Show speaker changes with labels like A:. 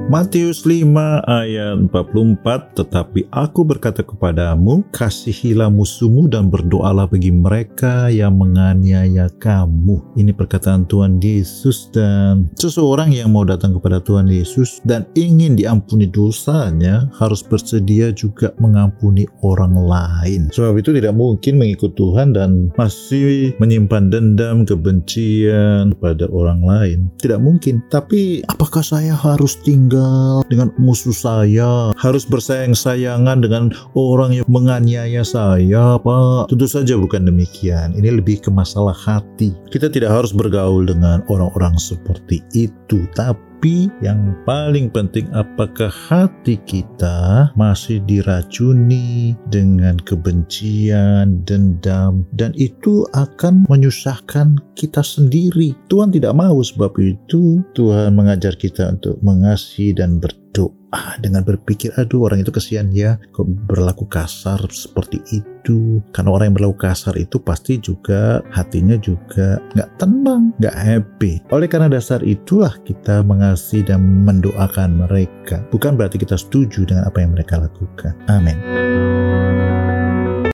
A: Matius 5 ayat 44, tetapi aku berkata kepadamu, kasihilah musuhmu dan berdoalah bagi mereka yang menganiaya kamu. Ini perkataan Tuhan Yesus, dan seseorang yang mau datang kepada Tuhan Yesus dan ingin diampuni dosanya harus bersedia juga mengampuni orang lain. Sebab itu tidak mungkin mengikut Tuhan dan masih menyimpan dendam, kebencian pada orang lain. Tidak mungkin. Tapi apakah saya harus tinggal dengan musuh saya, harus bersayang-sayangan dengan orang yang menganiaya saya, Pak? Tentu saja bukan demikian. Ini lebih ke masalah hati. Kita tidak harus bergaul dengan orang-orang seperti itu, tapi yang paling penting, apakah hati kita masih diracuni dengan kebencian, dendam, dan itu akan menyusahkan kita sendiri. Tuhan tidak mau, sebab itu Tuhan mengajar kita untuk mengasihi dan berdoa dengan berpikir, aduh orang itu kesian ya, kok berlaku kasar seperti itu. Karena orang yang berlaku kasar itu pasti juga hatinya juga gak tenang, gak happy. Oleh karena dasar itulah kita mengasihi dan mendoakan mereka. Bukan berarti kita setuju dengan apa yang mereka lakukan. Amin.